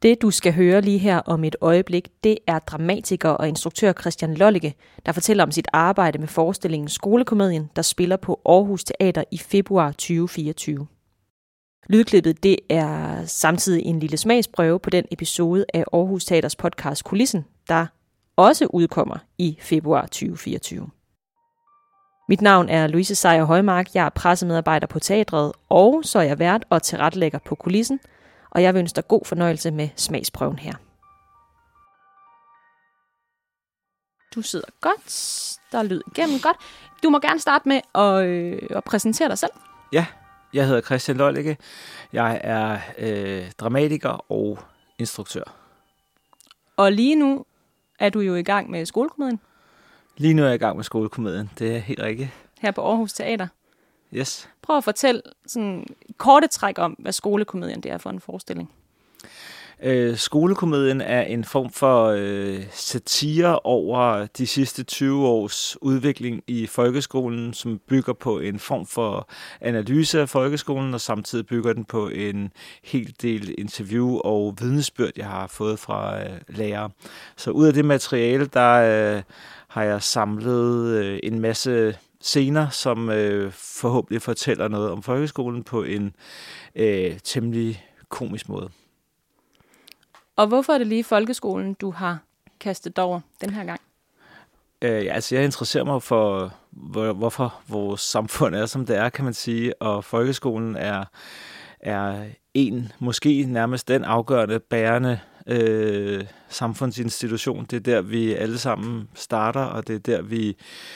Det, du skal høre lige her om et øjeblik, det er dramatiker og instruktør Christian Lollike, der fortæller om sit arbejde med forestillingen Skolekomedien, der spiller på Aarhus Teater i februar 2024. Lydklippet det er samtidig en lille smagsprøve på den episode af Aarhus Teaters podcast Kulissen, der også udkommer i februar 2024. Mit navn er Louise Sejer Højmark, jeg er pressemedarbejder på teatret, og så er jeg vært og tilrettelægger på Kulissen, og jeg vil ønske dig god fornøjelse med smagsprøven her. Du sidder godt, der lyder igennem godt. Du må gerne starte med at præsentere dig selv. Ja, jeg hedder Christian Lollike. Jeg er dramatiker og instruktør. Og lige nu er du jo i gang med Skolekomedien. Lige nu er jeg i gang med Skolekomedien, det er helt rigtigt. Her på Aarhus Teater. Yes. Prøv at fortælle sådan korte træk om, hvad Skolekomedien det er for en forestilling. Skolekomedien er en form for satire over de sidste 20 års udvikling i folkeskolen, som bygger på en form for analyse af folkeskolen, og samtidig bygger den på en hel del interview og vidnesbyrd, jeg har fået fra lærere. Så ud af det materiale, der har jeg samlet en masse scener, som forhåbentlig fortæller noget om folkeskolen på en temmelig komisk måde. Og hvorfor er det lige folkeskolen, du har kastet over den her gang? Jeg interesserer mig for, hvorfor vores samfund er, som det er, kan man sige. Og folkeskolen er måske nærmest den afgørende, bærende samfundsinstitution. Det er der, vi alle sammen starter, og det er der, vi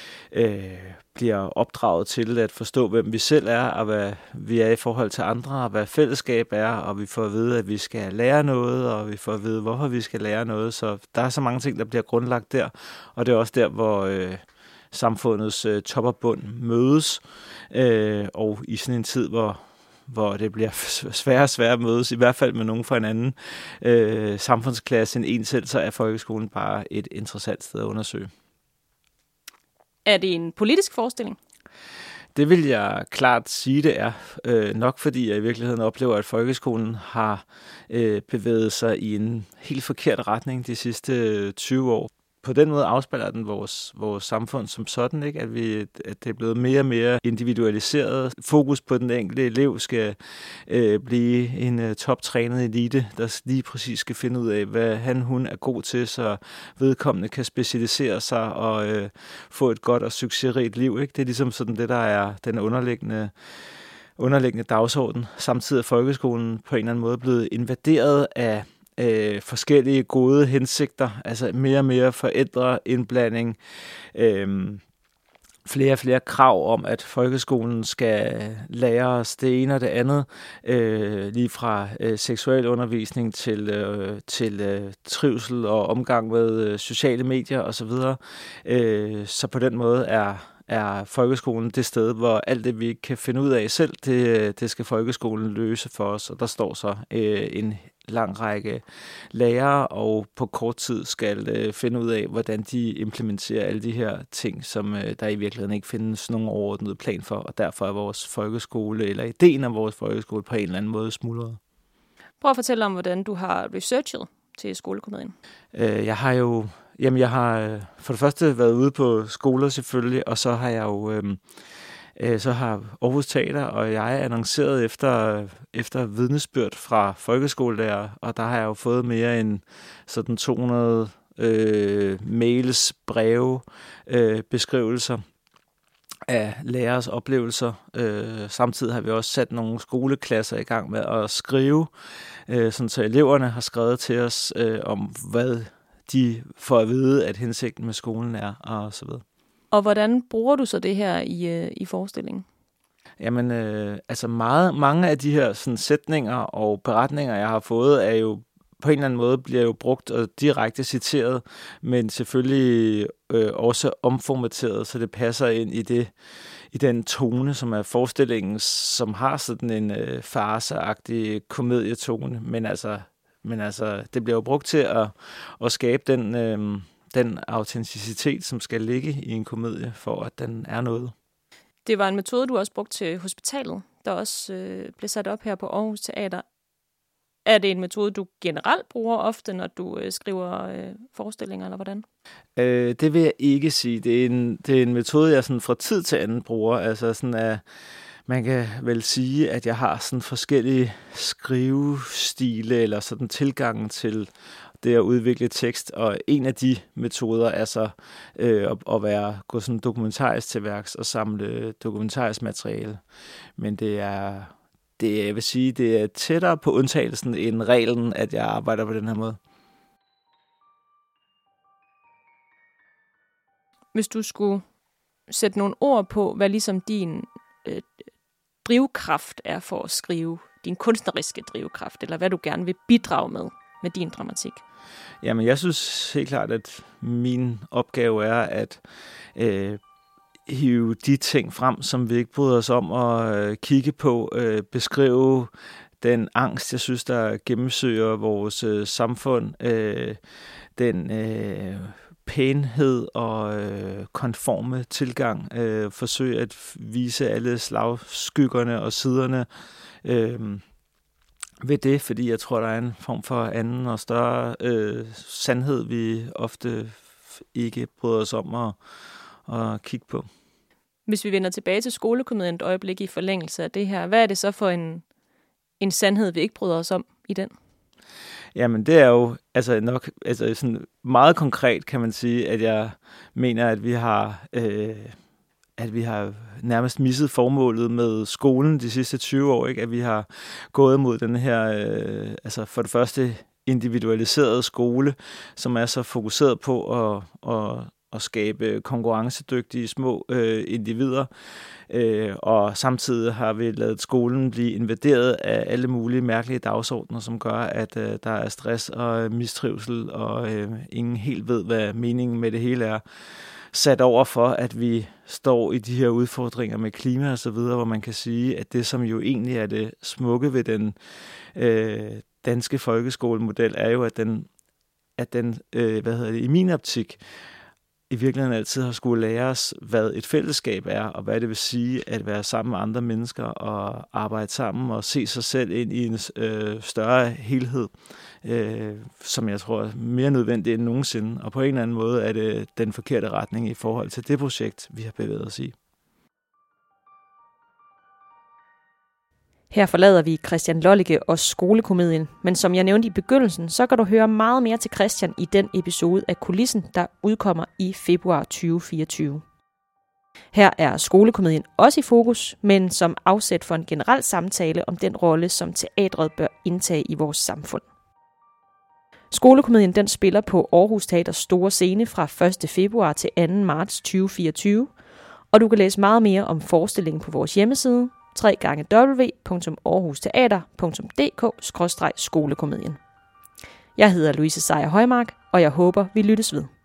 bliver opdraget til at forstå, hvem vi selv er, og hvad vi er i forhold til andre, og hvad fællesskab er, og vi får at vide, at vi skal lære noget, og vi får at vide, hvorfor vi skal lære noget. Så der er så mange ting, der bliver grundlagt der, og det er også der, hvor samfundets top og bund mødes, og i sådan en tid, hvor det bliver sværere og sværere at mødes, i hvert fald med nogen fra en anden samfundsklasse end en selv, så er folkeskolen bare et interessant sted at undersøge. Er det en politisk forestilling? Det vil jeg klart sige, det er. Nok fordi jeg i virkeligheden oplever, at folkeskolen har bevæget sig i en helt forkert retning de sidste 20 år. På den måde afspejler den vores samfund som sådan, ikke? At det er blevet mere og mere individualiseret. Fokus på den enkelte elev skal blive en toptrænet elite, der lige præcis skal finde ud af, hvad hun er god til, så vedkommende kan specialisere sig og få et godt og succesrigt liv, ikke? Det er ligesom sådan det, der er den underliggende dagsorden. Samtidig er folkeskolen på en eller anden måde blevet invaderet af forskellige gode hensigter, altså mere og mere forældreindblanding, flere og flere krav om, at folkeskolen skal lære os det ene og det andet, lige fra seksuel undervisning til trivsel og omgang med sociale medier osv. Så på den måde er folkeskolen det sted, hvor alt det, vi ikke kan finde ud af selv, det skal folkeskolen løse for os. Og der står så en lang række lærere, og på kort tid skal finde ud af, hvordan de implementerer alle de her ting, som der i virkeligheden ikke findes nogen overordnet plan for, og derfor er vores folkeskole, eller ideen af vores folkeskole, på en eller anden måde smuldret. Prøv at fortælle om, hvordan du har researchet til Skolekomedien. Jeg har for det første været ude på skoler selvfølgelig, og så har jeg jo så har Aarhus Teater og jeg annonceret efter vidnesbyrd fra folkeskolelærer, og der har jeg jo fået mere end sådan 200 mails, breve, beskrivelser af lærers oplevelser. Samtidig har vi også sat nogle skoleklasser i gang med at skrive, sådan så eleverne har skrevet til os om, hvad de får at vide, at hensigten med skolen er, og så videre. Og hvordan bruger du så det her i forestillingen? Jamen, altså mange af de her sådan, sætninger og beretninger, jeg har fået, er jo på en eller anden måde bliver jo brugt og direkte citeret, men selvfølgelig også omformateret, så det passer ind i den tone, som er forestillingen, som har sådan en farseagtig komedietone, men altså det bliver jo brugt til at skabe den autenticitet, som skal ligge i en komedie, for at den er noget. Det var en metode, du også brugte til hospitalet, der også blev sat op her på Aarhus Teater. Er det en metode, du generelt bruger ofte, når du skriver forestillinger, eller hvordan? Det vil jeg ikke sige. Det er en metode, jeg sådan fra tid til anden bruger. Altså sådan at man kan vel sige, at jeg har sådan forskellige skrivestile eller sådan tilgangen til det at udvikle tekst, og en af de metoder er så at gå sådan dokumentarisk til værks og samle dokumentarisk materiale. Men jeg vil sige, det er tættere på undtagelsen end reglen, at jeg arbejder på den her måde. Hvis du skulle sætte nogle ord på, hvad ligesom din drivkraft er for at skrive, din kunstneriske drivkraft, eller hvad du gerne vil bidrage med din dramatik? Jamen, jeg synes helt klart, at min opgave er at hive de ting frem, som vi ikke bryder os om at kigge på, beskrive den angst, jeg synes, der gennemsyrer vores samfund, den pænhed og konforme tilgang, forsøge at vise alle slagskyggerne og siderne ved det, fordi jeg tror, der er en form for anden og større sandhed, vi ofte ikke bryder os om at kigge på. Hvis vi vender tilbage til skolekomedien et øjeblik i forlængelse af det her, hvad er det så for en sandhed, vi ikke bryder os om i den? Jamen, det er jo sådan meget konkret, kan man sige, at jeg mener, at vi har nærmest misset formålet med skolen de sidste 20 år, ikke? At vi har gået mod den her, for det første individualiserede skole, som er så fokuseret på at skabe konkurrencedygtige små individer, og samtidig har vi ladet skolen blive invaderet af alle mulige mærkelige dagsordner, som gør, at der er stress og mistrivsel, og ingen helt ved, hvad meningen med det hele er. Sat over for, at vi står i de her udfordringer med klima og så videre, hvor man kan sige, at det, som jo egentlig er det smukke ved den danske folkeskolemodel, er jo, at den i min optik, i virkeligheden altid har skulle lære os, hvad et fællesskab er, og hvad det vil sige at være sammen med andre mennesker og arbejde sammen og se sig selv ind i en større helhed, som jeg tror er mere nødvendig end nogensinde. Og på en eller anden måde er det den forkerte retning i forhold til det projekt, vi har bevæget os i. Her forlader vi Christian Lollike og skolekomedien, men som jeg nævnte i begyndelsen, så kan du høre meget mere til Christian i den episode af Kulissen, der udkommer i februar 2024. Her er skolekomedien også i fokus, men som afsæt for en generel samtale om den rolle, som teatret bør indtage i vores samfund. Skolekomedien den spiller på Aarhus Teaters store scene fra 1. februar til 2. marts 2024, og du kan læse meget mere om forestillingen på vores hjemmeside, www.aarhusteater.dk/skolekomedien. Jeg hedder Louise Sejer Højmark, og jeg håber, vi lyttes ved.